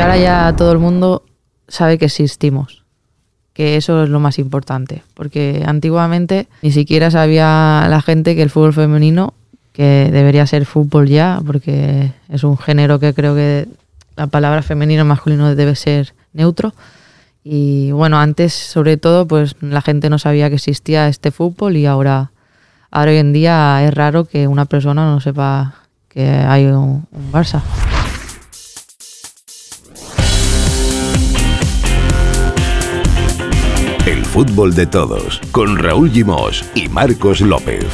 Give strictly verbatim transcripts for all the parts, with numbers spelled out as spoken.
ahora ya todo el mundo sabe que existimos, que eso es lo más importante, porque antiguamente ni siquiera sabía la gente que el fútbol femenino, que debería ser fútbol ya, porque es un género que creo que la palabra femenino o masculino debe ser neutro. Y bueno, antes sobre todo pues la gente no sabía que existía este fútbol y ahora, ahora hoy en día es raro que una persona no sepa que hay un, un Barça. El fútbol de todos, con Raúl Gimós y Marcos López.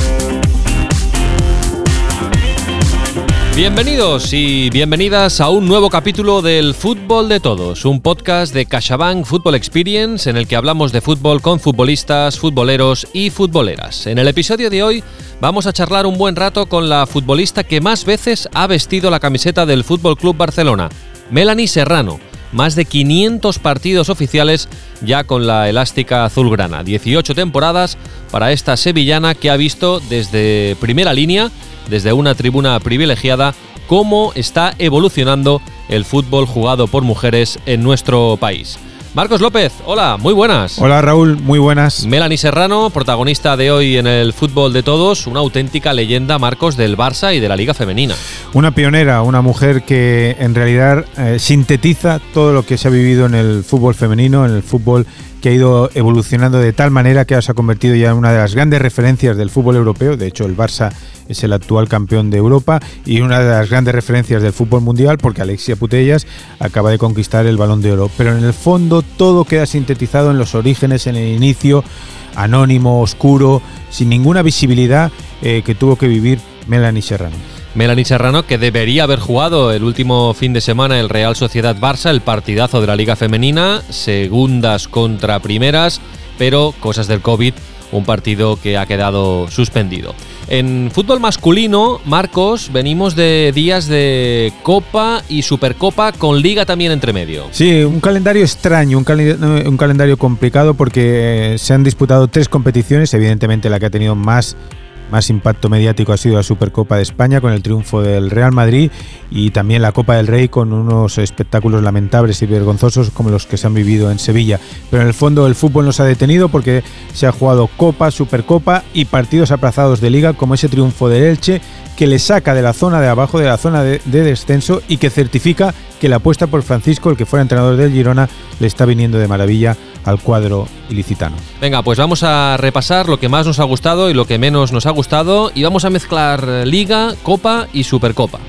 Bienvenidos y bienvenidas a un nuevo capítulo del Fútbol de Todos, un podcast de CaixaBank Football Experience en el que hablamos de fútbol con futbolistas, futboleros y futboleras. En el episodio de hoy vamos a charlar un buen rato con la futbolista que más veces ha vestido la camiseta del F C Barcelona, Melanie Serrano. Más de quinientos partidos oficiales ya con la elástica azulgrana. dieciocho temporadas para esta sevillana que ha visto desde primera línea, desde una tribuna privilegiada, cómo está evolucionando el fútbol jugado por mujeres en nuestro país. Marcos López, hola, muy buenas. Hola Raúl, muy buenas. Melanie Serrano, protagonista de hoy en el Fútbol de Todos, una auténtica leyenda, Marcos, del Barça y de la Liga Femenina. Una pionera, una mujer que en realidad eh, sintetiza todo lo que se ha vivido en el fútbol femenino, en el fútbol que ha ido evolucionando de tal manera que se ha convertido ya en una de las grandes referencias del fútbol europeo. De hecho, el Barça es el actual campeón de Europa y una de las grandes referencias del fútbol mundial, porque Alexia Putellas acaba de conquistar el Balón de Oro. Pero en el fondo todo queda sintetizado en los orígenes, en el inicio, anónimo, oscuro, sin ninguna visibilidad eh, que tuvo que vivir Melanie Serrano. Melanie Serrano, que debería haber jugado el último fin de semana el Real Sociedad Barça, el partidazo de la Liga Femenina, segundas contra primeras, pero cosas del COVID, un partido que ha quedado suspendido. En fútbol masculino, Marcos, venimos de días de Copa y Supercopa con Liga también entre medio. Sí, un calendario extraño, un, cal- un calendario complicado porque se han disputado tres competiciones, evidentemente la que ha tenido más Más impacto mediático ha sido la Supercopa de España con el triunfo del Real Madrid y también la Copa del Rey con unos espectáculos lamentables y vergonzosos como los que se han vivido en Sevilla. Pero en el fondo el fútbol no se ha detenido porque se ha jugado Copa, Supercopa y partidos aplazados de Liga, como ese triunfo del Elche que le saca de la zona de abajo, de la zona de, de descenso, y que certifica que la apuesta por Francisco, el que fuera entrenador del Girona, le está viniendo de maravilla al cuadro ilicitano. Venga, pues vamos a repasar lo que más nos ha gustado y lo que menos nos ha gustado y vamos a mezclar Liga, Copa y Supercopa.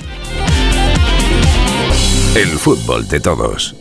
El fútbol de todos.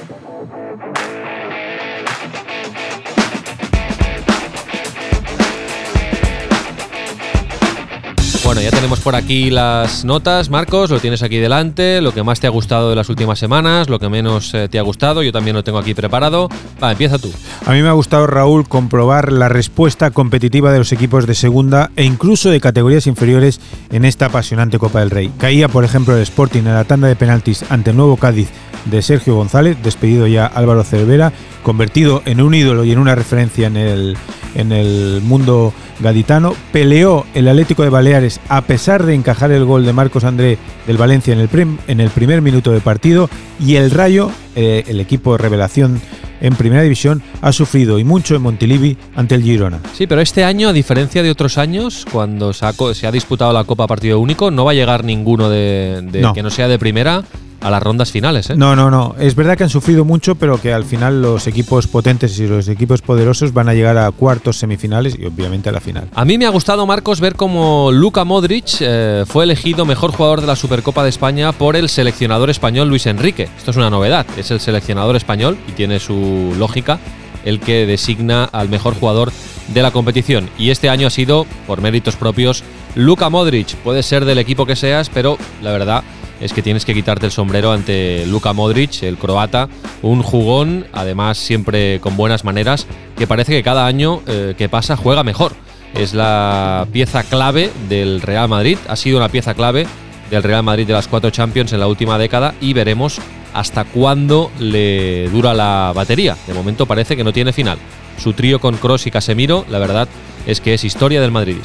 Bueno, ya tenemos por aquí las notas, Marcos, lo tienes aquí delante, lo que más te ha gustado de las últimas semanas, lo que menos eh, te ha gustado, yo también lo tengo aquí preparado. Va, empieza tú. A mí me ha gustado, Raúl, comprobar la respuesta competitiva de los equipos de segunda e incluso de categorías inferiores en esta apasionante Copa del Rey. Caía, por ejemplo, el Sporting en la tanda de penaltis ante el nuevo Cádiz de Sergio González, despedido ya Álvaro Cervera, convertido en un ídolo y en una referencia en el, en el mundo gaditano. Peleó el Atlético de Baleares a pesar de encajar el gol de Marcos André del Valencia en el, prim, en el primer minuto de partido, y el Rayo, eh, el equipo de revelación en Primera División, ha sufrido y mucho en Montilivi ante el Girona. Sí, pero este año, a diferencia de otros años, cuando se ha, se ha disputado la Copa a partido único, no va a llegar ninguno de, de no. que no sea de primera a las rondas finales, ¿eh? No, no, no. Es verdad que han sufrido mucho, pero que al final los equipos potentes y los equipos poderosos van a llegar a cuartos, semifinales y obviamente a la final. A mí me ha gustado, Marcos, ver cómo Luka Modric eh, fue elegido mejor jugador de la Supercopa de España por el seleccionador español Luis Enrique. Esto es una novedad. Es el seleccionador español y tiene su lógica el que designa al mejor jugador de la competición. Y este año ha sido, por méritos propios, Luka Modric. Puede ser del equipo que seas, pero la verdad es que tienes que quitarte el sombrero ante Luka Modric, el croata, un jugón, además siempre con buenas maneras, que parece que cada año eh, que pasa juega mejor. Es la pieza clave del Real Madrid, ha sido una pieza clave del Real Madrid de las cuatro Champions en la última década y veremos hasta cuándo le dura la batería. De momento parece que no tiene final. Su trío con Kroos y Casemiro, la verdad es que es historia del madridismo.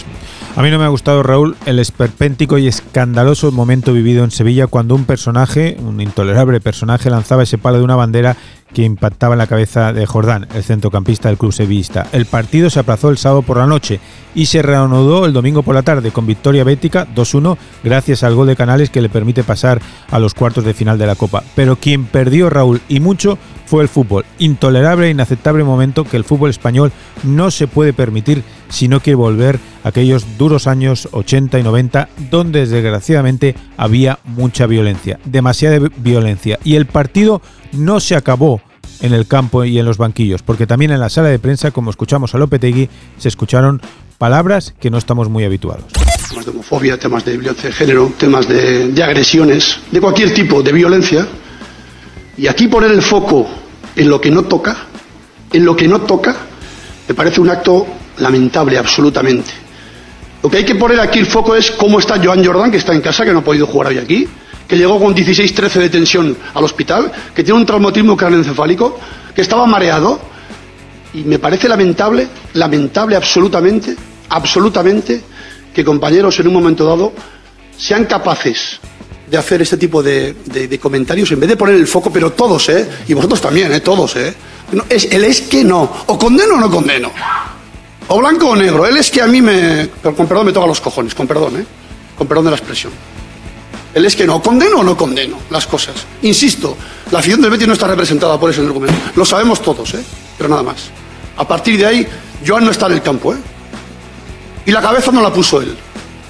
A mí no me ha gustado, Raúl, el esperpéntico y escandaloso momento vivido en Sevilla cuando un personaje, un intolerable personaje, lanzaba ese palo de una bandera que impactaba en la cabeza de Jordán, el centrocampista del club sevillista. El partido se aplazó el sábado por la noche y se reanudó el domingo por la tarde con victoria bética dos uno gracias al gol de Canales que le permite pasar a los cuartos de final de la Copa. Pero quien perdió, Raúl, y mucho, fue el fútbol. Intolerable e inaceptable momento que el fútbol español no se puede permitir si no quiere volver a aquellos duros años ochenta y noventa donde desgraciadamente había mucha violencia, demasiada violencia, y el partido no se acabó en el campo y en los banquillos, porque también en la sala de prensa, como escuchamos a Lopetegui, se escucharon palabras que no estamos muy habituados. Temas de homofobia, temas de violencia de género, temas de, de agresiones, de cualquier tipo de violencia. Y aquí poner el foco en lo que no toca, en lo que no toca, me parece un acto lamentable absolutamente. Lo que hay que poner aquí el foco es cómo está Joan Jordán, que está en casa, que no ha podido jugar hoy aquí, que llegó con dieciséis trece de tensión al hospital, que tiene un traumatismo craneoencefálico, que estaba mareado, y me parece lamentable, lamentable absolutamente, absolutamente, que compañeros en un momento dado sean capaces de hacer este tipo de, de, de comentarios en vez de poner el foco, pero todos, ¿eh? Y vosotros también, ¿eh? Todos, ¿eh? No, es, el es que no, o condeno o no condeno, o blanco o negro, él es que a mí me, pero con perdón me toca los cojones, con perdón, ¿eh? Con perdón de la expresión. Él es que no, condeno o no condeno las cosas. Insisto, la afición del Betis no está representada por ese argumento. Lo sabemos todos, ¿eh? Pero nada más. A partir de ahí, Joan no está en el campo, ¿eh? Y la cabeza no la puso él.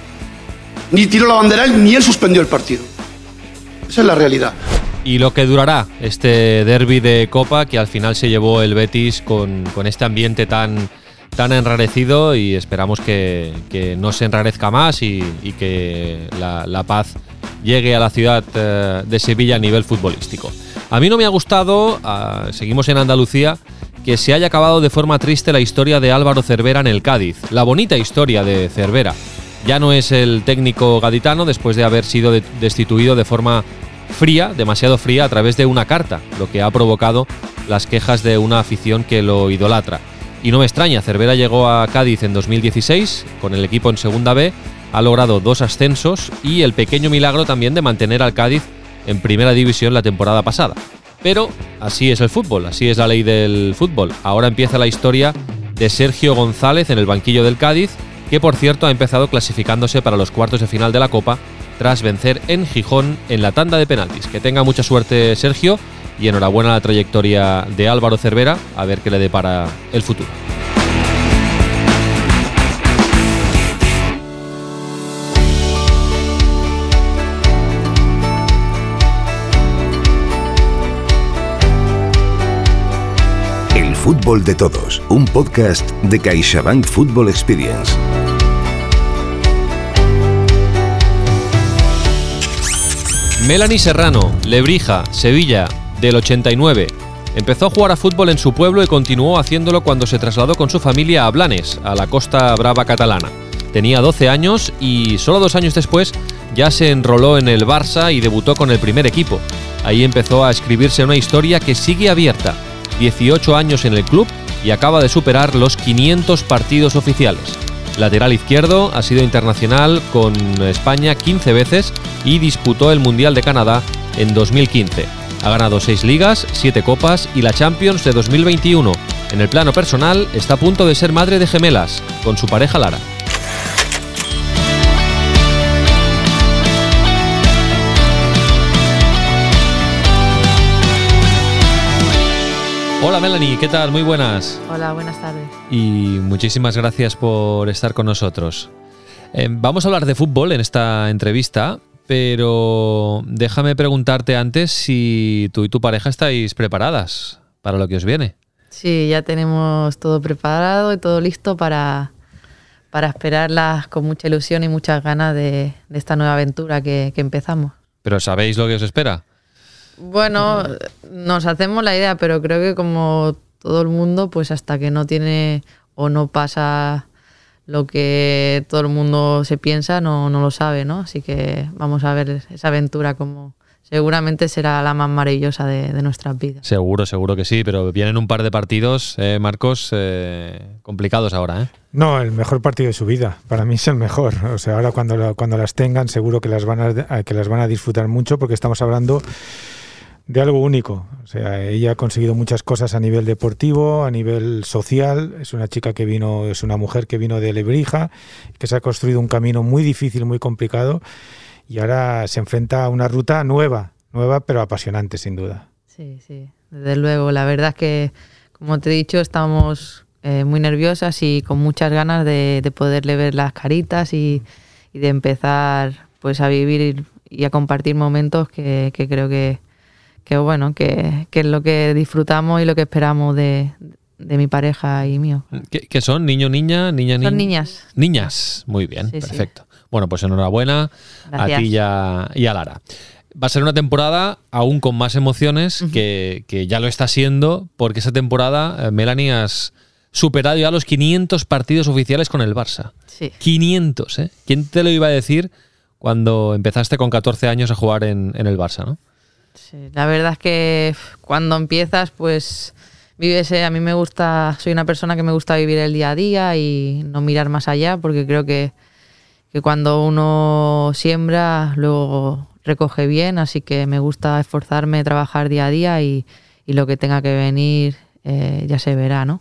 Ni tiró la bandera él, ni él suspendió el partido. Esa es la realidad. Y lo que durará este derbi de Copa, que al final se llevó el Betis con, con este ambiente tan, tan enrarecido, y esperamos que, que no se enrarezca más y, y que la, la paz llegue a la ciudad eh, de Sevilla a nivel futbolístico. A mí no me ha gustado, uh, seguimos en Andalucía, que se haya acabado de forma triste la historia de Álvaro Cervera en el Cádiz. La bonita historia de Cervera. Ya no es el técnico gaditano después de haber sido de- destituido de forma fría, demasiado fría, a través de una carta, lo que ha provocado las quejas de una afición que lo idolatra. Y no me extraña, Cervera llegó a Cádiz en dos mil dieciséis, con el equipo en Segunda B, ha logrado dos ascensos y el pequeño milagro también de mantener al Cádiz en Primera División la temporada pasada. Pero así es el fútbol, así es la ley del fútbol. Ahora empieza la historia de Sergio González en el banquillo del Cádiz, que por cierto ha empezado clasificándose para los cuartos de final de la Copa tras vencer en Gijón en la tanda de penaltis. Que tenga mucha suerte Sergio y enhorabuena a la trayectoria de Álvaro Cervera, a ver qué le depara el futuro. El fútbol de todos, un podcast de CaixaBank Football Experience. Melanie Serrano, Lebrija, Sevilla, del ochenta y nueve. Empezó a jugar a fútbol en su pueblo y continuó haciéndolo cuando se trasladó con su familia a Blanes, a la Costa Brava catalana. Tenía doce años y solo dos años después ya se enroló en el Barça y debutó con el primer equipo. Ahí empezó a escribirse una historia que sigue abierta. dieciocho años en el club y acaba de superar los quinientos partidos oficiales. Lateral izquierdo, ha sido internacional con España quince veces y disputó el Mundial de Canadá en dos mil quince. Ha ganado seis ligas, siete copas y la Champions de dos mil veintiuno. En el plano personal, está a punto de ser madre de gemelas, con su pareja Lara. Hola Melanie, ¿qué tal? Muy buenas. Hola, buenas tardes. Y muchísimas gracias por estar con nosotros. Eh, vamos a hablar de fútbol en esta entrevista, pero déjame preguntarte antes si tú y tu pareja estáis preparadas para lo que os viene. Sí, ya tenemos todo preparado y todo listo para, para esperarlas con mucha ilusión y muchas ganas de, de esta nueva aventura que, que empezamos. ¿Pero sabéis lo que os espera? Bueno, nos hacemos la idea, pero creo que como todo el mundo, pues hasta que no tiene o no pasa lo que todo el mundo se piensa, no, no lo sabe, ¿no? Así que vamos a ver esa aventura cómo seguramente será la más maravillosa de, de nuestras vidas. Seguro, seguro que sí, pero vienen un par de partidos, eh, Marcos, eh, complicados ahora, ¿eh? No, el mejor partido de su vida. Para mí es el mejor. O sea, ahora cuando, cuando las tengan, seguro que las van a, que las van a disfrutar mucho, porque estamos hablando de algo único. O sea, ella ha conseguido muchas cosas a nivel deportivo, a nivel social. Es una chica que vino, es una mujer que vino de Lebrija, que se ha construido un camino muy difícil, muy complicado, y ahora se enfrenta a una ruta nueva, nueva pero apasionante, sin duda. Sí, sí, desde luego. La verdad es que, como te he dicho, estamos eh, muy nerviosas y con muchas ganas de, de poderle ver las caritas y, y de empezar pues a vivir y a compartir momentos que, que creo que, que bueno, que, que es lo que disfrutamos y lo que esperamos de, de mi pareja y mío. ¿Qué, qué son? ¿Niño, niña? ¿Niña, niña? Son niñas. Niñas, muy bien, Sí, perfecto. Sí. Bueno, pues enhorabuena. Gracias. A ti y a, y a Lara. Va a ser una temporada aún con más emociones, uh-huh. que, que ya lo está siendo, porque esa temporada, Melanie, has superado ya los quinientos partidos oficiales con el Barça. Sí. quinientos, ¿eh? ¿Quién te lo iba a decir cuando empezaste con catorce años a jugar en, en el Barça, no? Sí, la verdad es que cuando empiezas, pues vives, a mí me gusta, soy una persona que me gusta vivir el día a día y no mirar más allá, porque creo que, que cuando uno siembra, luego recoge bien, así que me gusta esforzarme, trabajar día a día y, y lo que tenga que venir eh, ya se verá, ¿no?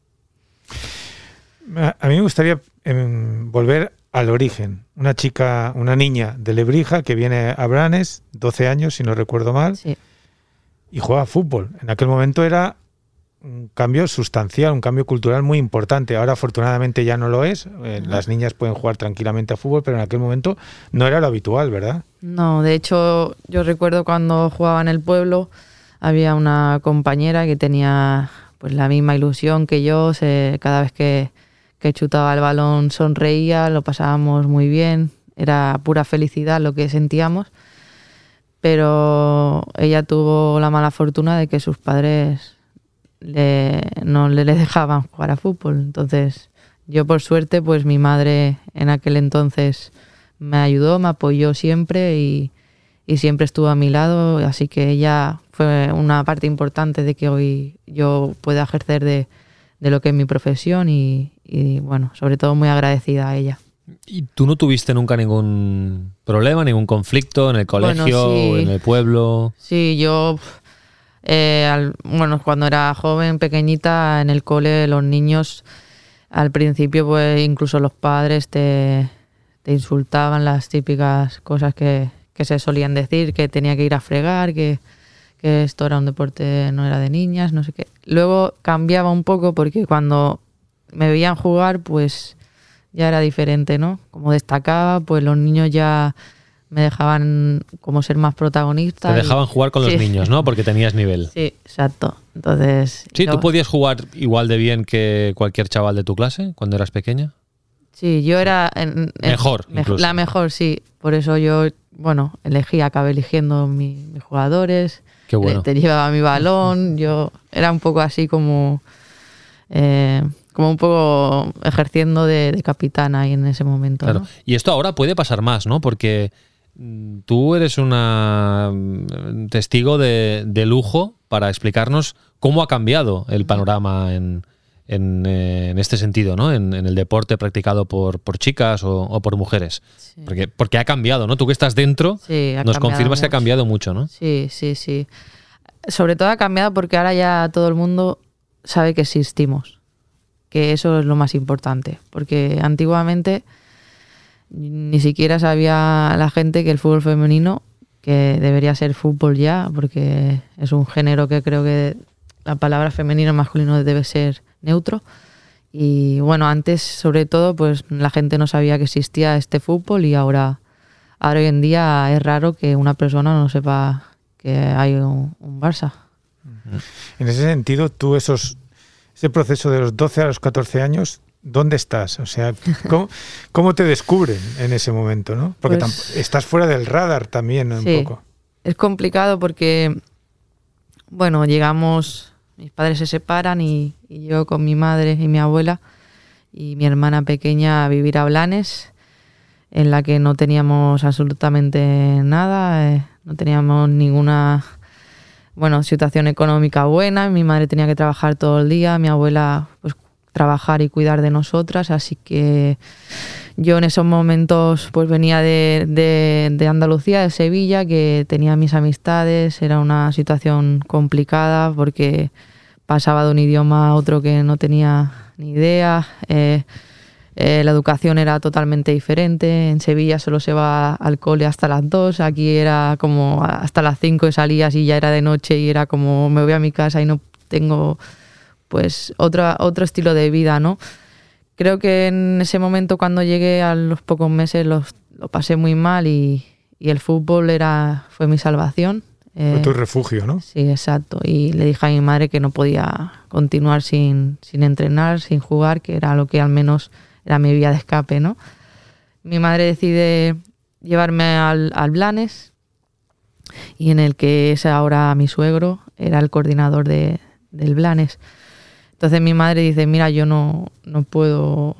A mí me gustaría eh, volver al origen. Una chica, una niña de Lebrija que viene a Blanes, doce años, si no recuerdo mal, sí. y juega fútbol. En aquel momento era un cambio sustancial, un cambio cultural muy importante. Ahora afortunadamente ya no lo es. Eh, las niñas pueden jugar tranquilamente a fútbol, pero en aquel momento no era lo habitual, ¿verdad? No, de hecho yo recuerdo cuando jugaba en el pueblo, había una compañera que tenía pues la misma ilusión que yo. Se, cada vez que, que chutaba el balón sonreía, lo pasábamos muy bien, era pura felicidad lo que sentíamos, pero ella tuvo la mala fortuna de que sus padres Le, no le, le dejaban jugar a fútbol. Entonces yo, por suerte, pues mi madre en aquel entonces me ayudó, me apoyó siempre y, y siempre estuvo a mi lado, así que ella fue una parte importante de que hoy yo pueda ejercer de, de lo que es mi profesión y, y bueno, sobre todo muy agradecida a ella. ¿Y tú no tuviste nunca ningún problema, ningún conflicto en el colegio, bueno, sí. o en el pueblo? Sí, yo... Eh, al, bueno, cuando era joven, pequeñita, en el cole, los niños al principio, pues incluso los padres te, te insultaban, las típicas cosas que, que se solían decir, que tenía que ir a fregar, que, que esto era un deporte, no era de niñas, no sé qué. Luego cambiaba un poco porque cuando me veían jugar, pues ya era diferente, ¿no? Como destacaba, pues los niños ya me dejaban como ser más protagonista. Te dejaban y... jugar con los sí. niños, ¿no? Porque tenías nivel. Sí, exacto. Entonces... Sí, yo... ¿tú podías jugar igual de bien que cualquier chaval de tu clase cuando eras pequeña? Sí, yo era... En, en, mejor, me, incluso. La mejor, sí. Por eso yo, bueno, elegí, acabé eligiendo mi, mis jugadores. Qué bueno. Te llevaba mi balón. Yo era un poco así como... Eh, como un poco ejerciendo de, de capitana ahí en ese momento. Claro. ¿No? Y esto ahora puede pasar más, ¿no? Porque tú eres una testigo de, de lujo para explicarnos cómo ha cambiado el panorama en, en, en este sentido, ¿no? En, en el deporte practicado por, por chicas o, o por mujeres. Sí. Porque, porque ha cambiado, ¿no? Tú que estás dentro, sí, nos confirmas mucho. que ha cambiado mucho, ¿no? Sí, sí, sí. Sobre todo ha cambiado porque ahora ya todo el mundo sabe que existimos. Que eso es lo más importante. Porque antiguamente ni siquiera sabía la gente que el fútbol femenino, que debería ser fútbol ya, porque es un género que creo que la palabra femenino o masculino debe ser neutro. Y bueno, antes sobre todo pues la gente no sabía que existía este fútbol y ahora, ahora hoy en día es raro que una persona no sepa que hay un, un Barça. En ese sentido, tú esos ese proceso de los doce a los catorce años, ¿dónde estás? O sea, ¿cómo, cómo te descubren en ese momento, ¿no? Porque pues, estás fuera del radar también, ¿no? Sí, un poco. Es complicado porque, bueno, llegamos, mis padres se separan y, y yo con mi madre y mi abuela y mi hermana pequeña a vivir a Blanes, en la que no teníamos absolutamente nada. Eh, no teníamos ninguna, bueno, situación económica buena. Mi madre tenía que trabajar todo el día, mi abuela pues trabajar y cuidar de nosotras, así que yo en esos momentos pues venía de, de, de Andalucía, de Sevilla, que tenía mis amistades, era una situación complicada porque pasaba de un idioma a otro que no tenía ni idea, eh, eh, la educación era totalmente diferente, en Sevilla solo se va al cole hasta las dos, aquí era como hasta las cinco y salías y ya era de noche y era como me voy a mi casa y no tengo pues otro, otro estilo de vida, ¿no? Creo que en ese momento cuando llegué a los pocos meses los, lo pasé muy mal y, y el fútbol era fue mi salvación. Fue eh, tu refugio, ¿no? Sí, exacto. Y le dije a mi madre que no podía continuar sin, sin entrenar, sin jugar, que era lo que al menos era mi vía de escape, ¿no? Mi madre decide llevarme al, al Blanes, y en el que es ahora mi suegro, era el coordinador de, del Blanes. Entonces mi madre dice, mira, yo no, no puedo,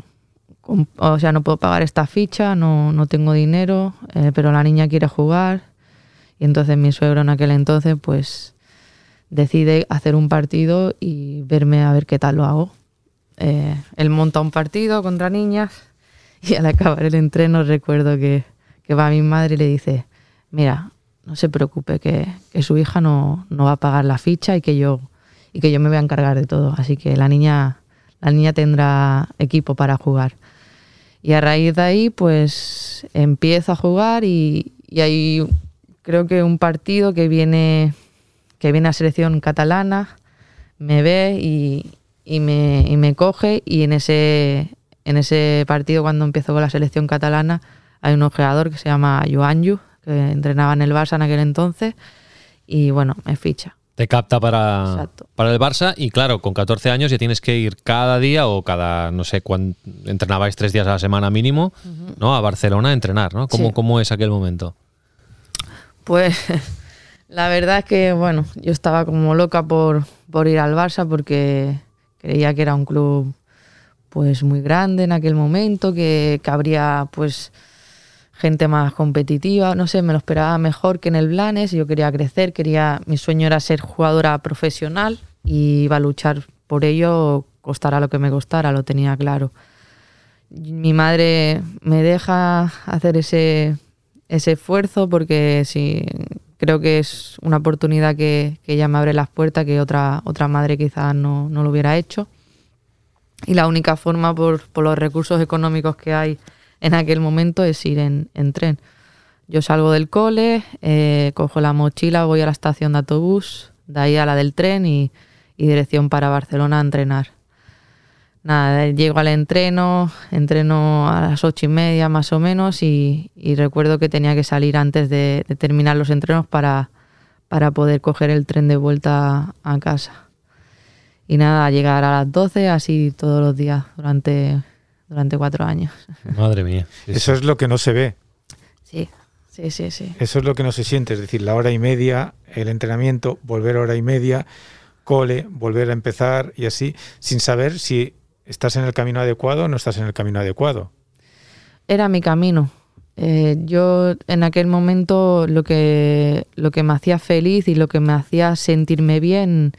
o sea, no puedo pagar esta ficha, no, no tengo dinero, eh, pero la niña quiere jugar. Y entonces mi suegro en aquel entonces pues decide hacer un partido y verme a ver qué tal lo hago. Eh, él monta un partido contra niñas y al acabar el entreno recuerdo que, que va a mi madre y le dice, mira, no se preocupe, que, que su hija no, no va a pagar la ficha y que yo... y que yo me voy a encargar de todo, así que la niña la niña tendrá equipo para jugar. Y a raíz de ahí pues empiezo a jugar y, y hay creo que un partido que viene que viene a selección catalana, me ve y, y, me, y me coge, y en ese, en ese partido cuando empiezo con la selección catalana hay un jugador que se llama Joanju, que entrenaba en el Barça en aquel entonces, y bueno, me ficha. Te capta para, para el Barça y claro, con catorce años ya tienes que ir cada día o cada, no sé, cuándo entrenabais tres días a la semana mínimo, uh-huh. ¿no? A Barcelona a entrenar, ¿no? ¿Cómo, sí. ¿Cómo es aquel momento? Pues la verdad es que, bueno, yo estaba como loca por, por ir al Barça porque creía que era un club pues muy grande en aquel momento, que, que habría pues... gente más competitiva, no sé, me lo esperaba mejor que en el Blanes. Yo quería crecer, quería, mi sueño era ser jugadora profesional y iba a luchar por ello, costara lo que me costara, lo tenía claro. Mi madre me deja hacer ese, ese esfuerzo porque sí, creo que es una oportunidad que, que ella me abre las puertas, que otra, otra madre quizás no, no lo hubiera hecho. Y la única forma, por, por los recursos económicos que hay en aquel momento, es ir en, en tren. Yo salgo del cole, eh, cojo la mochila, voy a la estación de autobús, de ahí a la del tren y, y dirección para Barcelona a entrenar. Nada, llego al entreno, entreno a las ocho y media más o menos y, y recuerdo que tenía que salir antes de, de terminar los entrenos para, para poder coger el tren de vuelta a casa. Y nada, llegar a las doce, así todos los días durante... durante cuatro años. Madre mía. Sí, Eso sí. es lo que no se ve. Sí, sí, sí, sí. Eso es lo que no se siente, es decir, la hora y media, el entrenamiento, volver hora y media, cole, volver a empezar y así, sin saber si estás en el camino adecuado o no estás en el camino adecuado. Era mi camino. Eh, yo en aquel momento lo que, lo que me hacía feliz y lo que me hacía sentirme bien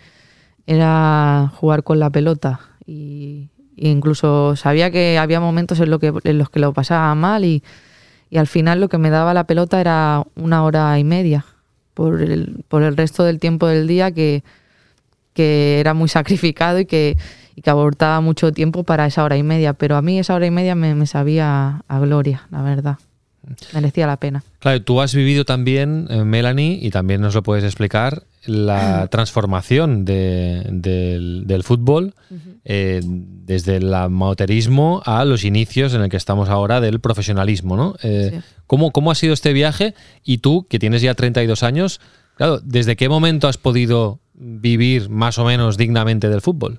era jugar con la pelota. Y incluso sabía que había momentos en, lo que, en los que lo pasaba mal y, y al final lo que me daba la pelota era una hora y media por el, por el resto del tiempo del día que, que era muy sacrificado y que, y que abortaba mucho tiempo para esa hora y media. Pero a mí esa hora y media me, me sabía a gloria, la verdad. Merecía la pena. Claro, tú has vivido también, eh, Melanie, y también nos lo puedes explicar, la transformación de, del, del fútbol uh-huh. eh, desde el amateurismo a los inicios en el que estamos ahora del profesionalismo, ¿no? Eh, sí. ¿cómo, ¿Cómo ha sido este viaje? Y tú, que tienes ya treinta y dos años, claro, ¿desde qué momento has podido vivir más o menos dignamente del fútbol?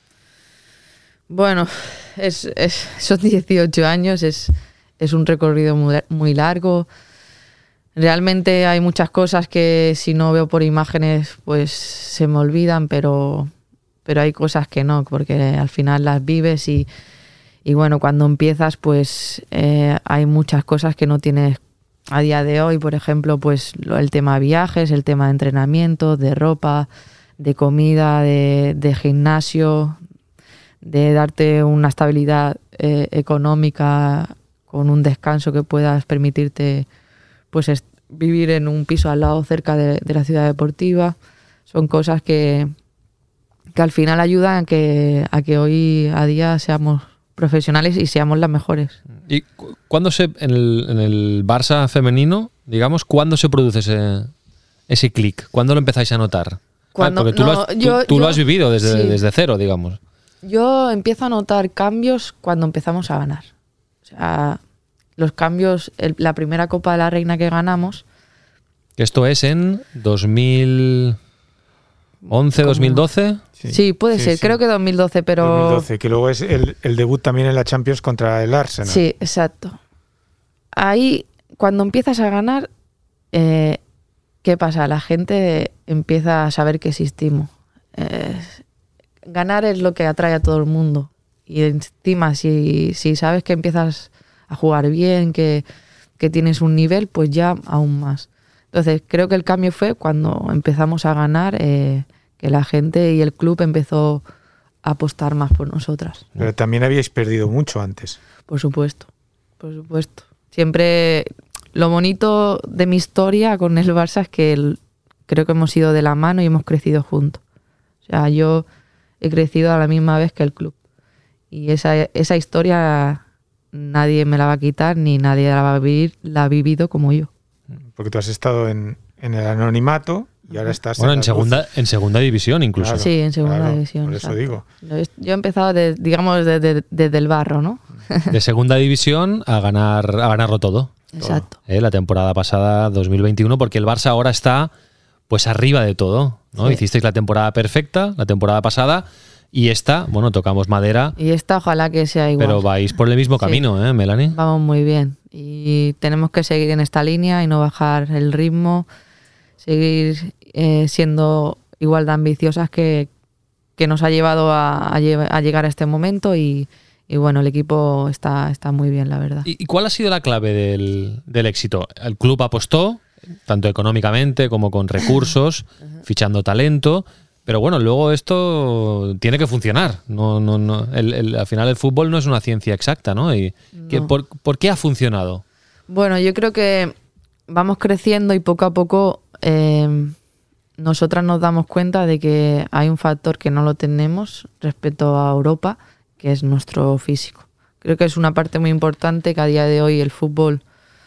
Bueno, es, es, son dieciocho años, es... Es un recorrido muy, muy largo. Realmente hay muchas cosas que si no veo por imágenes pues se me olvidan, pero, pero hay cosas que no, porque al final las vives y, y bueno, cuando empiezas pues eh, hay muchas cosas que no tienes a día de hoy, por ejemplo, pues lo- el tema de viajes, el tema de entrenamiento, de ropa, de comida, de, de gimnasio, de darte una estabilidad eh, económica con un descanso que puedas permitirte pues est- vivir en un piso al lado cerca de, de la ciudad deportiva. Son cosas que, que al final ayudan a que, a que hoy a día seamos profesionales y seamos las mejores. ¿Y cu- cuándo se, en el, en el Barça femenino, digamos, cuándo se produce ese, ese clic? ¿Cuándo lo empezáis a notar? Cuando- Ah, porque tú, no, lo, has, tú- yo- tú lo yo- has vivido desde, sí. desde cero, digamos. Yo empiezo a notar cambios cuando empezamos a ganar. O sea, los cambios, el- la primera Copa de la Reina que ganamos, Que esto es en dos mil once, dos mil doce. sí, puede ser, creo que dos mil doce, pero... dos mil doce, que luego es el, el debut también en la Champions contra el Arsenal. Sí, exacto. Ahí, cuando empiezas a ganar, eh, ¿qué pasa? La gente empieza a saber que existimos. Eh, ganar es lo que atrae a todo el mundo. Y encima, si, si sabes que empiezas a jugar bien, que, que tienes un nivel, pues ya aún más. Entonces, creo que el cambio fue cuando empezamos a ganar, eh, que la gente y el club empezó a apostar más por nosotras. Pero también habíais perdido mucho antes. Por supuesto, por supuesto. Siempre lo bonito de mi historia con el Barça es que el- creo que hemos ido de la mano y hemos crecido juntos. O sea, yo he crecido a la misma vez que el club. Y esa, esa historia nadie me la va a quitar ni nadie la va a vivir, la ha vivido como yo. Porque tú has estado en, en el anonimato y ahora estás Bueno, en en la segunda, luz. en segunda división incluso. Claro, Sí, en segunda claro, división. por eso exacto. digo. Lo he- Yo he empezado, de- digamos, desde, desde el barro, ¿no? De segunda división a ganar a ganarlo todo. Exacto. ¿eh? La temporada pasada, dos mil veintiuno, porque el Barça ahora está pues arriba de todo, ¿no? Sí. Hicisteis la temporada perfecta, la temporada pasada, y esta, bueno, tocamos madera, Y esta ojalá que sea igual. pero vais por el mismo Sí. camino, ¿eh, Melanie? Vamos muy bien y tenemos que seguir en esta línea y no bajar el ritmo, seguir eh, siendo igual de ambiciosas que, que nos ha llevado a, a lle- a llegar a este momento y, y bueno, el equipo está, está muy bien, la verdad. ¿Y y cuál ha sido la clave del, del éxito? El club apostó, tanto económicamente como con recursos, fichando talento, pero bueno, luego esto tiene que funcionar. No, no, no. El, el- al final el fútbol no es una ciencia exacta, ¿no? Y ¿qué- No. por, ¿Por qué ha funcionado? Bueno, yo creo que vamos creciendo y poco a poco eh, nosotras nos damos cuenta de que hay un factor que no lo tenemos respecto a Europa, que es nuestro físico. Creo que es una parte muy importante que a día de hoy el fútbol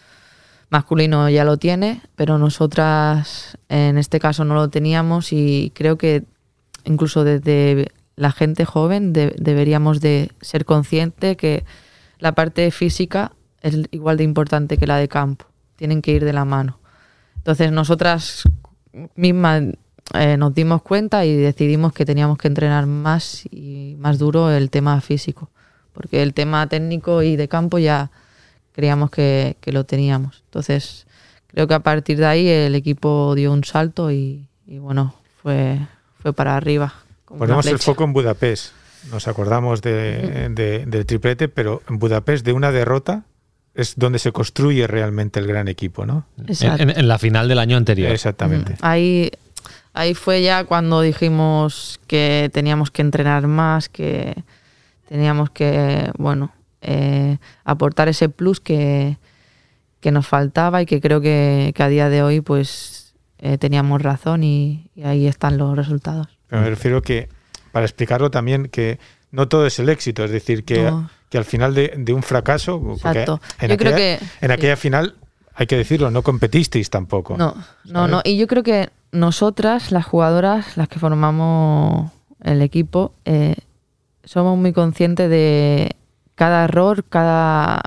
masculino ya lo tiene, pero nosotras en este caso no lo teníamos y creo que incluso desde la gente joven de- deberíamos de ser conscientes que la parte física es igual de importante que la de campo. Tienen que ir de la mano. Entonces nosotras mismas eh, nos dimos cuenta y decidimos que teníamos que entrenar más y más duro el tema físico. Porque el tema técnico y de campo ya creíamos que, que lo teníamos. Entonces creo que a partir de ahí el equipo dio un salto y, y bueno, fue, fue para arriba. como una Ponemos el flecha. foco en Budapest. Nos acordamos de, de- del triplete, pero en Budapest de una derrota es donde se construye realmente el gran equipo, ¿no? Exacto. En, en- en la final del año anterior. Exactamente. Mm, Ahí, ahí fue ya cuando dijimos que teníamos que entrenar más, que teníamos que, bueno, eh, aportar ese plus que, que nos faltaba y que creo que, que a día de hoy pues eh, teníamos razón y, y ahí están los resultados. Pero me refiero que, para explicarlo también, que no todo es el éxito, es decir, que, No. que al final de, de un fracaso, porque Exacto. en, Yo aquella, creo que en aquella final, hay que decirlo, no competisteis tampoco. No, no, ¿sabes? no. Y yo creo que nosotras, las jugadoras, las que formamos el equipo, eh, somos muy conscientes de cada error, cada,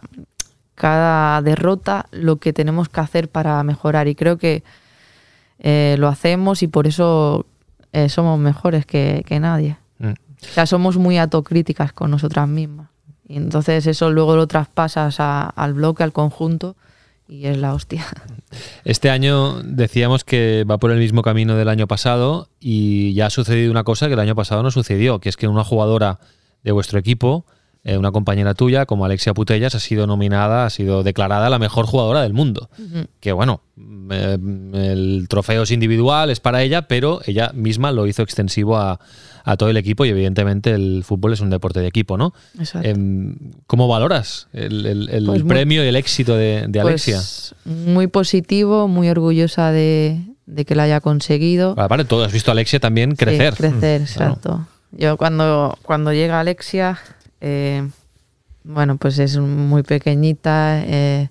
cada derrota, lo que tenemos que hacer para mejorar. Y creo que eh, lo hacemos y por eso eh, somos mejores que, que nadie. Mm. O sea, somos muy autocríticas con nosotras mismas. Y entonces eso luego lo traspasas a- al bloque, al conjunto, y es la hostia. Este año decíamos que va por el mismo camino del año pasado y ya ha sucedido una cosa que el año pasado no sucedió, que es que una jugadora de vuestro equipo eh, una compañera tuya como Alexia Putellas ha sido nominada, ha sido declarada la mejor jugadora del mundo. Uh-huh. Que bueno, eh, el trofeo es individual, es para ella, pero ella misma lo hizo extensivo a, a todo el equipo y evidentemente el fútbol es un deporte de equipo, ¿no? Exacto. Eh, ¿Cómo valoras el, el, el pues premio muy, y el éxito de, de Alexia? Pues muy positivo, muy orgullosa de, de que lo haya conseguido. Vale, vale, tú has visto a Alexia también crecer. Sí, crecer, mm, exacto. Claro. Yo cuando, cuando llega Alexia, eh, bueno, pues es muy pequeñita eh,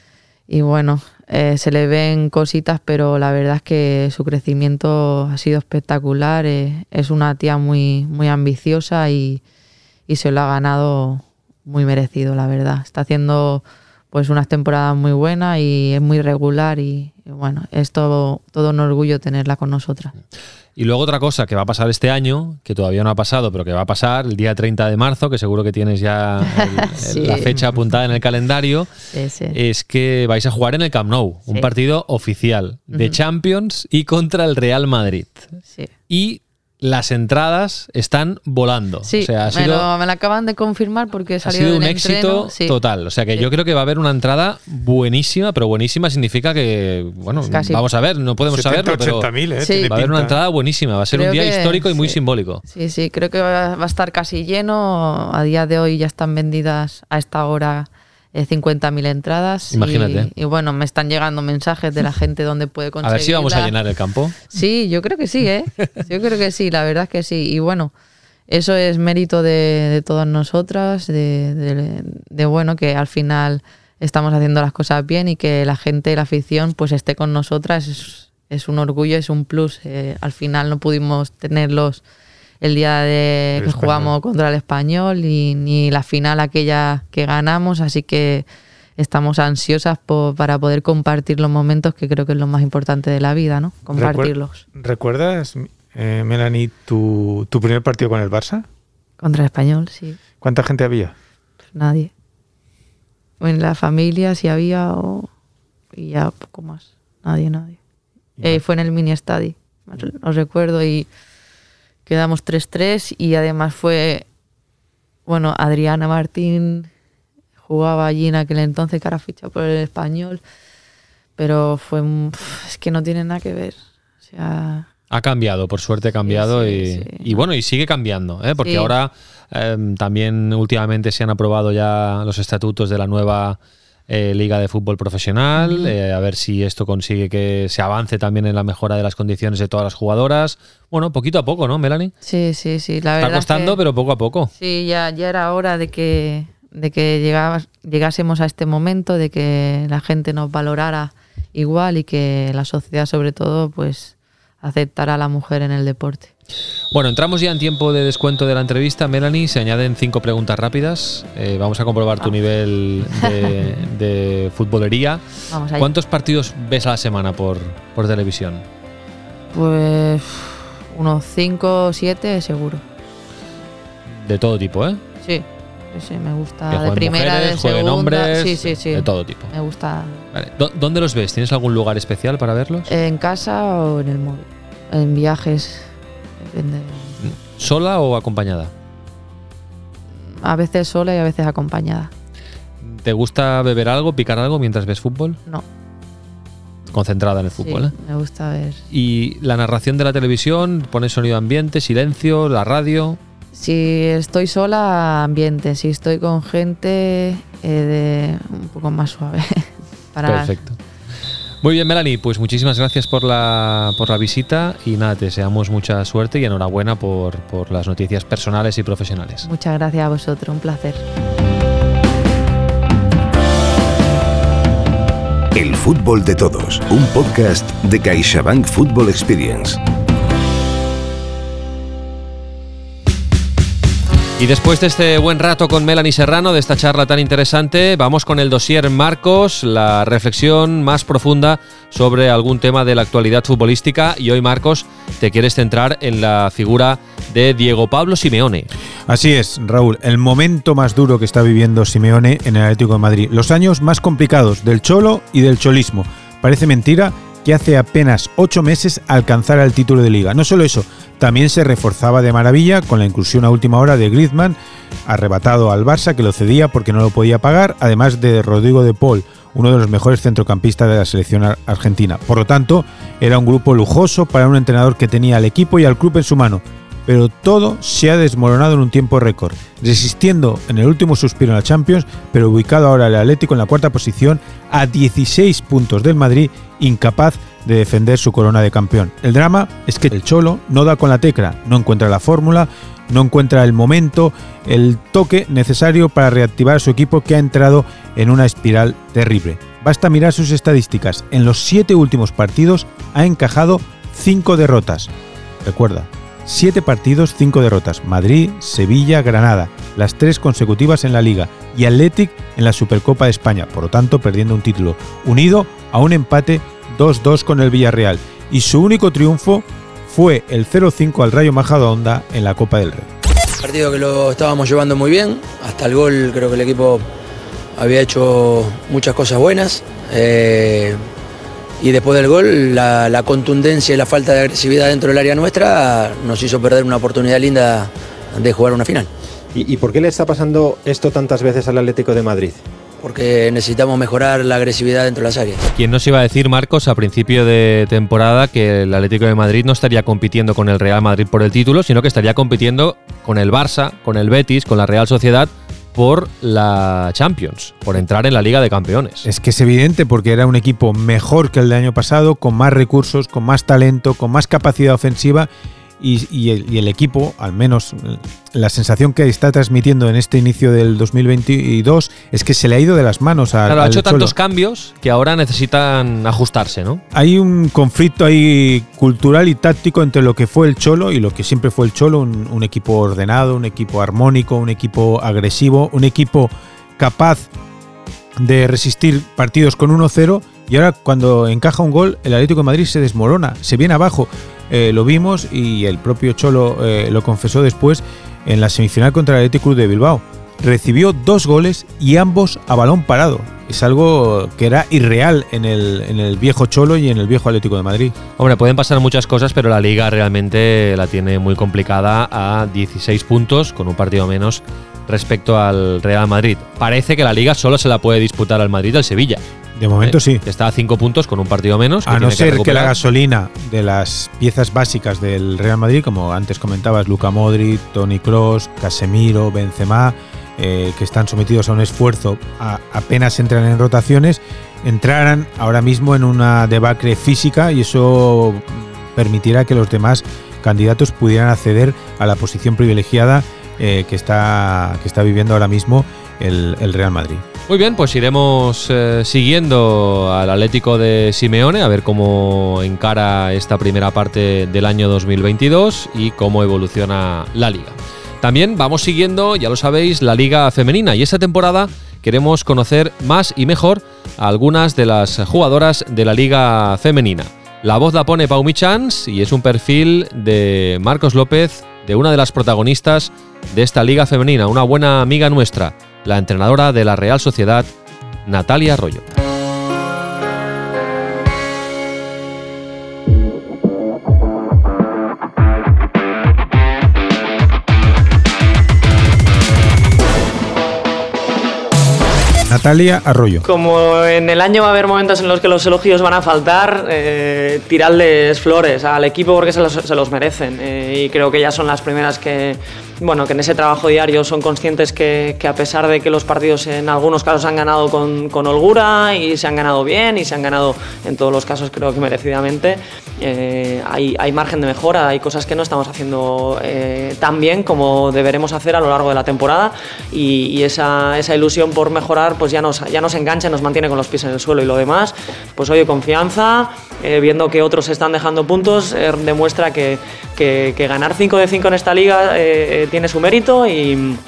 y bueno, eh, se le ven cositas, pero la verdad es que su crecimiento ha sido espectacular. Eh, es una tía muy, muy ambiciosa y, y se lo ha ganado muy merecido, la verdad. Está haciendo pues unas temporadas muy buenas y es muy regular y, y bueno, es todo, todo un orgullo tenerla con nosotras. Y luego otra cosa que va a pasar este año, que todavía no ha pasado, pero que va a pasar el día treinta de marzo, que seguro que tienes ya el, sí. la fecha apuntada en el calendario, sí, sí. es que vais a jugar en el Camp Nou, sí. un partido oficial de uh-huh. Champions y contra el Real Madrid. Sí. Y las entradas están volando. Sí, o sea, ha me, sido, lo, me la acaban de confirmar porque salió ha sido del un entreno. éxito Sí. total. O sea que sí. yo creo que va a haber una entrada buenísima, pero buenísima significa que, bueno, Casi. vamos a ver, no podemos setenta, saberlo, pero ochenta mil, ¿eh? Sí. va a haber una entrada buenísima. Va a ser creo un día que, histórico y muy sí. simbólico. Sí, sí, creo que va, va a estar casi lleno. A día de hoy ya están vendidas a esta hora eh, cincuenta mil entradas. Imagínate. Y, y bueno, me están llegando mensajes de la gente donde puede conseguirla. A ver si vamos a llenar el campo. Sí, yo creo que sí, ¿eh? Yo creo que sí, la verdad es que sí. Y bueno, eso es mérito de, de todas nosotras, de, de, de bueno, que al final estamos haciendo las cosas bien y que la gente, la afición, pues esté con nosotras. Es, es un orgullo, es un plus. Eh, al final no pudimos tenerlos el día de que jugamos contra el Español y ni la final aquella que ganamos, así que estamos ansiosas por, para poder compartir los momentos, que creo que es lo más importante de la vida, ¿no? Compartirlos. ¿Recuerdas, eh, Melanie, tu, tu primer partido con el Barça? Contra el Español, sí. ¿Cuánta gente había? Pues nadie. En la familia sí había o, y ya poco más. Nadie, nadie. Eh, fue en el mini estadio, os recuerdo, y quedamos tres tres y además fue, bueno, Adriana Martín jugaba allí en aquel entonces, que ahora ficha por el Español, pero fue, es que no tiene nada que ver. O sea, ha cambiado, por suerte ha cambiado sí, sí, y, sí. y bueno, y sigue cambiando, ¿eh? Porque sí. ahora eh, también últimamente se han aprobado ya los estatutos de la nueva Eh, Liga de Fútbol Profesional, uh-huh. eh, a ver si esto consigue que se avance también en la mejora de las condiciones de todas las jugadoras. Bueno, poquito a poco, ¿no, Melanie? Sí, sí, sí. La verdad está costando, es que, pero poco a poco. Sí, ya, ya era hora de que, de que llegabas, llegásemos a este momento, de que la gente nos valorara igual y que la sociedad, sobre todo, pues aceptara a la mujer en el deporte. Bueno, entramos ya en tiempo de descuento de la entrevista, Melanie. Se añaden cinco preguntas rápidas. Eh, vamos a comprobar tu nivel de, de futbolería. Vamos allá. ¿Cuántos partidos ves a la semana por, por televisión? Pues unos cinco o siete seguro. De todo tipo, ¿eh? Sí, sí, sí, me gusta. Que De primera, mujeres, de segunda. Hombres, sí, sí, sí. De todo tipo. Me gusta. Vale. ¿Dónde los ves? ¿Tienes algún lugar especial para verlos? ¿En casa o en el móvil? En viajes. Depende. ¿Sola o acompañada? A veces sola y a veces acompañada. ¿Te gusta beber algo, picar algo mientras ves fútbol? No. Concentrada en el fútbol, sí, ¿eh? Me gusta ver. ¿Y la narración de la televisión? ¿Pones sonido ambiente, silencio, la radio? Si estoy sola, ambiente. Si estoy con gente, eh, de un poco más suave. Para Perfecto. Muy bien, Melanie, pues muchísimas gracias por la, por la visita y nada, te deseamos mucha suerte y enhorabuena por, por las noticias personales y profesionales. Muchas gracias a vosotros, un placer. El fútbol de todos, un podcast de CaixaBank Football Experience. Y después de este buen rato con Melanie Serrano, de esta charla tan interesante, vamos con el dossier Marcos, la reflexión más profunda sobre algún tema de la actualidad futbolística. Y hoy, Marcos, te quieres centrar en la figura de Diego Pablo Simeone. Así es, Raúl, el momento más duro que está viviendo Simeone en el Atlético de Madrid. Los años más complicados del Cholo y del cholismo. Parece mentira que hace apenas ocho meses alcanzara el título de Liga. No solo eso, también se reforzaba de maravilla con la inclusión a última hora de Griezmann, arrebatado al Barça, que lo cedía porque no lo podía pagar, además de Rodrigo de Paul, uno de los mejores centrocampistas de la selección argentina. Por lo tanto, era un grupo lujoso para un entrenador que tenía al equipo y al club en su mano. Pero todo se ha desmoronado en un tiempo récord, resistiendo en el último suspiro en la Champions, pero ubicado ahora el Atlético en la cuarta posición a dieciséis puntos del Madrid, incapaz de defender su corona de campeón. El drama es que el Cholo no da con la tecla, no encuentra la fórmula, no encuentra el momento, el toque necesario para reactivar a su equipo, que ha entrado en una espiral terrible. Basta mirar sus estadísticas. En los siete últimos partidos ha encajado cinco derrotas. Recuerda, siete partidos, cinco derrotas. Madrid, Sevilla, Granada, las tres consecutivas en la Liga, y Athletic en la Supercopa de España, por lo tanto perdiendo un título, unido a un empate dos dos con el Villarreal, y su único triunfo fue el cero cinco al Rayo Majadahonda en la Copa del Rey. Partido que lo estábamos llevando muy bien, hasta el gol creo que el equipo había hecho muchas cosas buenas, eh, y después del gol la, la contundencia y la falta de agresividad dentro del área nuestra nos hizo perder una oportunidad linda de jugar una final. ¿Y, y por qué le está pasando esto tantas veces al Atlético de Madrid? Porque necesitamos mejorar la agresividad dentro de las áreas. ¿Quién nos iba a decir, Marcos, a principio de temporada que el Atlético de Madrid no estaría compitiendo con el Real Madrid por el título, sino que estaría compitiendo con el Barça, con el Betis, con la Real Sociedad por la Champions, por entrar en la Liga de Campeones? Es que es evidente, porque era un equipo mejor que el del año pasado, con más recursos, con más talento, con más capacidad ofensiva. Y, y, el, y el equipo, al menos la sensación que está transmitiendo en este inicio del dos mil veintidós, es que se le ha ido de las manos a, claro, al ha hecho Cholo. Tantos cambios que ahora necesitan ajustarse, ¿no? Hay un conflicto ahí cultural y táctico entre lo que fue el Cholo y lo que siempre fue el Cholo, un, un equipo ordenado, un equipo armónico, un equipo agresivo, un equipo capaz de resistir partidos con uno cero, y ahora cuando encaja un gol el Atlético de Madrid se desmorona, se viene abajo. Eh, lo vimos y el propio Cholo eh, lo confesó después en la semifinal contra el Athletic Club de Bilbao. Recibió dos goles y ambos a balón parado. Es algo que era irreal en el, en el viejo Cholo y en el viejo Atlético de Madrid. Hombre, pueden pasar muchas cosas, pero la Liga realmente la tiene muy complicada a dieciséis puntos, con un partido menos respecto al Real Madrid. Parece que la Liga solo se la puede disputar al Madrid y al Sevilla. De momento eh, sí. Que está a cinco puntos con un partido menos. Que a no tiene ser que, que la gasolina de las piezas básicas del Real Madrid, como antes comentabas, Luka Modric, Toni Kroos, Casemiro, Benzema, eh, que están sometidos a un esfuerzo, a, apenas entran en rotaciones, entraran ahora mismo en una debacle física, y eso permitirá que los demás candidatos pudieran acceder a la posición privilegiada eh, que, está, que está viviendo ahora mismo el, el Real Madrid. Muy bien, pues iremos eh, siguiendo al Atlético de Simeone, a ver cómo encara esta primera parte del año dos mil veintidós y cómo evoluciona la Liga. También vamos siguiendo, ya lo sabéis, la Liga Femenina, y esta temporada queremos conocer más y mejor a algunas de las jugadoras de la Liga Femenina. La voz la pone Pau Michans y es un perfil de Marcos López, de una de las protagonistas de esta Liga Femenina, una buena amiga nuestra, la entrenadora de la Real Sociedad, Natalia Arroyo. Natalia Arroyo. Como en el año va a haber momentos en los que los elogios van a faltar, eh, tirarles flores al equipo porque se los, se los merecen. Eh, y creo que ya son las primeras que, bueno, que en ese trabajo diario son conscientes que, que a pesar de que los partidos en algunos casos se han ganado con, con holgura y se han ganado bien y se han ganado en todos los casos creo que merecidamente, eh, hay, hay margen de mejora, hay cosas que no estamos haciendo eh, tan bien como deberemos hacer a lo largo de la temporada, y, y esa, esa ilusión por mejorar pues ya nos, ya nos engancha, nos mantiene con los pies en el suelo, y lo demás, pues oye, confianza, eh, viendo que otros están dejando puntos, eh, demuestra que, que, que ganar cinco de cinco en esta liga eh, tiene su mérito, y,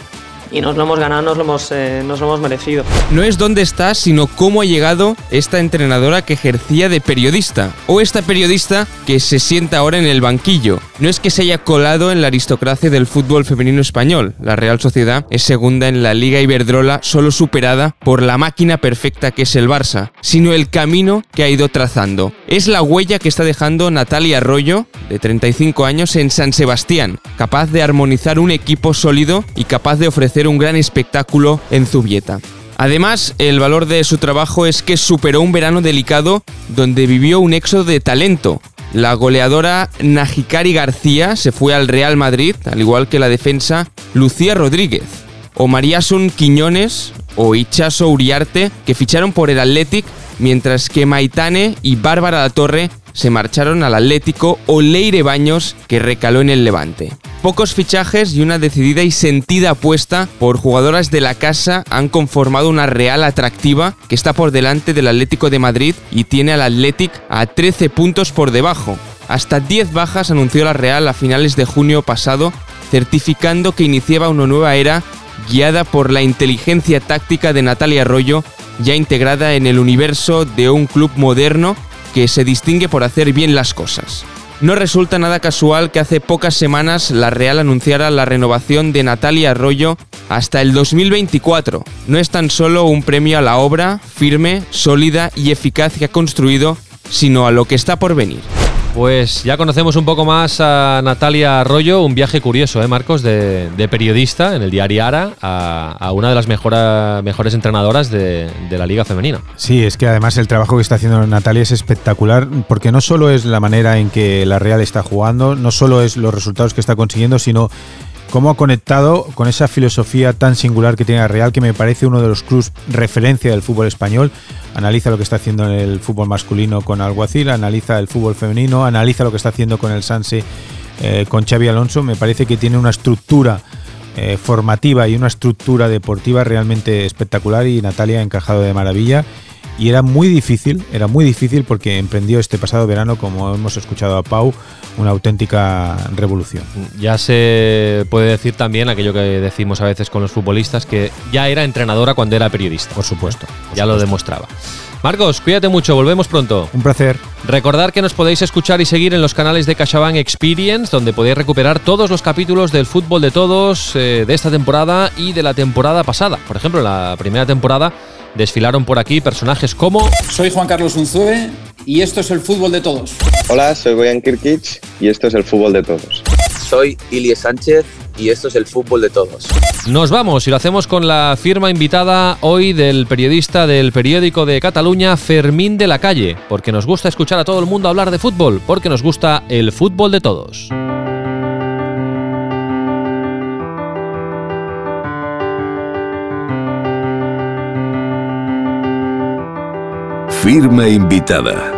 y nos lo hemos ganado, nos lo hemos, eh, nos lo hemos merecido. No es dónde está, sino cómo ha llegado esta entrenadora que ejercía de periodista, o esta periodista que se sienta ahora en el banquillo. No es que se haya colado en la aristocracia del fútbol femenino español. La Real Sociedad es segunda en la Liga Iberdrola, solo superada por la máquina perfecta que es el Barça, sino el camino que ha ido trazando. Es la huella que está dejando Natalia Arroyo, de treinta y cinco años, en San Sebastián, capaz de armonizar un equipo sólido y capaz de ofrecer un gran espectáculo en Zubieta. Además, el valor de su trabajo es que superó un verano delicado donde vivió un éxodo de talento. La goleadora Najikari García se fue al Real Madrid, al igual que la defensa Lucía Rodríguez, o Mariasun Quiñones o Itxaso Uriarte, que ficharon por el Athletic, mientras que Maitane y Bárbara Latorre se marcharon al Atlético, o Leire Baños, que recaló en el Levante. Pocos fichajes y una decidida y sentida apuesta por jugadoras de la casa han conformado una Real atractiva que está por delante del Atlético de Madrid y tiene al Athletic a trece puntos por debajo. Hasta diez bajas anunció la Real a finales de junio pasado, certificando que iniciaba una nueva era guiada por la inteligencia táctica de Natalia Arroyo, ya integrada en el universo de un club moderno que se distingue por hacer bien las cosas. No resulta nada casual que hace pocas semanas la Real anunciara la renovación de Natalia Arroyo hasta el dos mil veinticuatro. No es tan solo un premio a la obra firme, sólida y eficaz que ha construido, sino a lo que está por venir. Pues ya conocemos un poco más a Natalia Arroyo, un viaje curioso, ¿eh, Marcos? De, de periodista en el diario Ara a, a una de las mejora, mejores entrenadoras de, de la Liga Femenina. Sí, es que además el trabajo que está haciendo Natalia es espectacular, porque no solo es la manera en que la Real está jugando, no solo es los resultados que está consiguiendo, sino cómo ha conectado con esa filosofía tan singular que tiene la Real, que me parece uno de los clubes referencia del fútbol español. Analiza lo que está haciendo en el fútbol masculino con Alguacil, analiza el fútbol femenino, analiza lo que está haciendo con el Sanse, eh, con Xavi Alonso. Me parece que tiene una estructura eh, formativa y una estructura deportiva realmente espectacular, y Natalia ha encajado de maravilla. Y era muy difícil, era muy difícil porque emprendió este pasado verano, como hemos escuchado a Pau, una auténtica revolución. Ya se puede decir también aquello que decimos a veces con los futbolistas, que ya era entrenadora cuando era periodista. Por supuesto. Por por ya supuesto. lo demostraba. Marcos, cuídate mucho, volvemos pronto. Un placer. Recordad que nos podéis escuchar y seguir en los canales de CaixaBank Experience, donde podéis recuperar todos los capítulos del Fútbol de Todos eh, de esta temporada y de la temporada pasada. Por ejemplo, en la primera temporada desfilaron por aquí personajes como... Soy Juan Carlos Unzue y esto es el Fútbol de Todos. Hola, soy Boyan Kirkic y esto es el Fútbol de Todos. Soy Ilie Sánchez y esto es el Fútbol de Todos. Nos vamos y lo hacemos con la firma invitada hoy del periodista del periódico de Cataluña, Fermín de la Calle, porque nos gusta escuchar a todo el mundo hablar de fútbol, porque nos gusta el fútbol de todos. Firma invitada.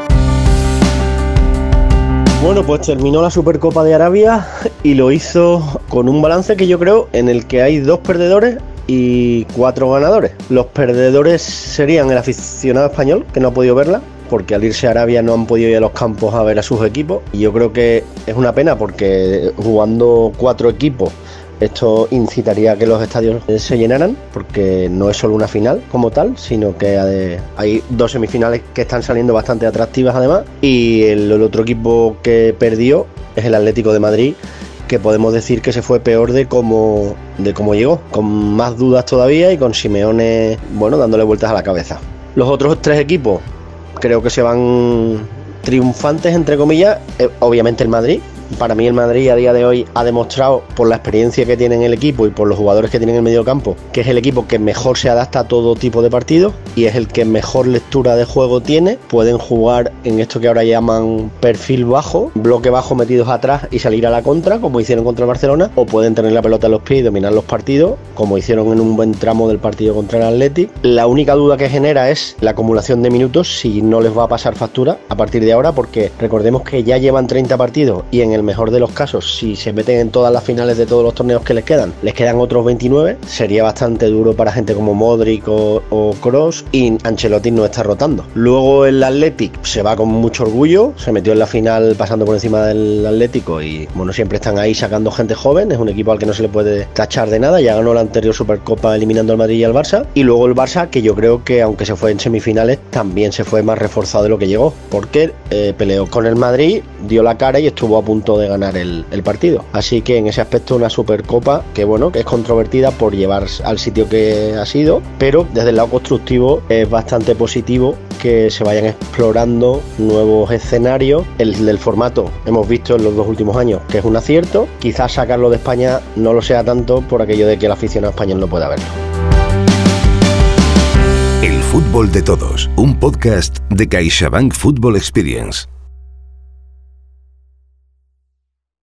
Bueno, pues terminó la Supercopa de Arabia y lo hizo con un balance que yo creo en el que hay dos perdedores y cuatro ganadores. Los perdedores serían el aficionado español, que no ha podido verla, porque al irse a Arabia no han podido ir a los campos a ver a sus equipos. Y yo creo que es una pena porque jugando cuatro equipos, esto incitaría a que los estadios se llenaran, porque no es solo una final como tal, sino que hay dos semifinales que están saliendo bastante atractivas además. Y el, el otro equipo que perdió es el Atlético de Madrid, que podemos decir que se fue peor de cómo, de cómo llegó, con más dudas todavía y con Simeone, bueno, dándole vueltas a la cabeza. Los otros tres equipos creo que se van triunfantes, entre comillas. Eh, obviamente el Madrid. Para mí el Madrid a día de hoy ha demostrado, por la experiencia que tiene en el equipo y por los jugadores que tiene en el medio campo, que es el equipo que mejor se adapta a todo tipo de partidos y es el que mejor lectura de juego tiene. Pueden jugar en esto que ahora llaman perfil bajo, bloque bajo metidos atrás y salir a la contra, como hicieron contra el Barcelona, o pueden tener la pelota en los pies y dominar los partidos, como hicieron en un buen tramo del partido contra el Athletic. La única duda que genera es la acumulación de minutos, si no les va a pasar factura a partir de ahora, porque recordemos que ya llevan treinta partidos y en el el mejor de los casos, si se meten en todas las finales de todos los torneos que les quedan, les quedan otros veintinueve, sería bastante duro para gente como Modric o, o Kroos, y Ancelotti no está rotando. Luego el Athletic se va con mucho orgullo, se metió en la final pasando por encima del Atlético y bueno, siempre están ahí sacando gente joven, es un equipo al que no se le puede tachar de nada, ya ganó la anterior Supercopa eliminando al Madrid y al Barça, y luego el Barça, que yo creo que aunque se fue en semifinales, también se fue más reforzado de lo que llegó, porque eh, peleó con el Madrid, dio la cara y estuvo a punto de ganar el, el partido. Así que en ese aspecto una Supercopa que bueno, que es controvertida por llevar al sitio que ha sido, pero desde el lado constructivo es bastante positivo que se vayan explorando nuevos escenarios. El del formato hemos visto en los dos últimos años que es un acierto, quizás sacarlo de España no lo sea tanto por aquello de que el aficionado español no pueda verlo. El fútbol de todos, un podcast de CaixaBank Football Experience.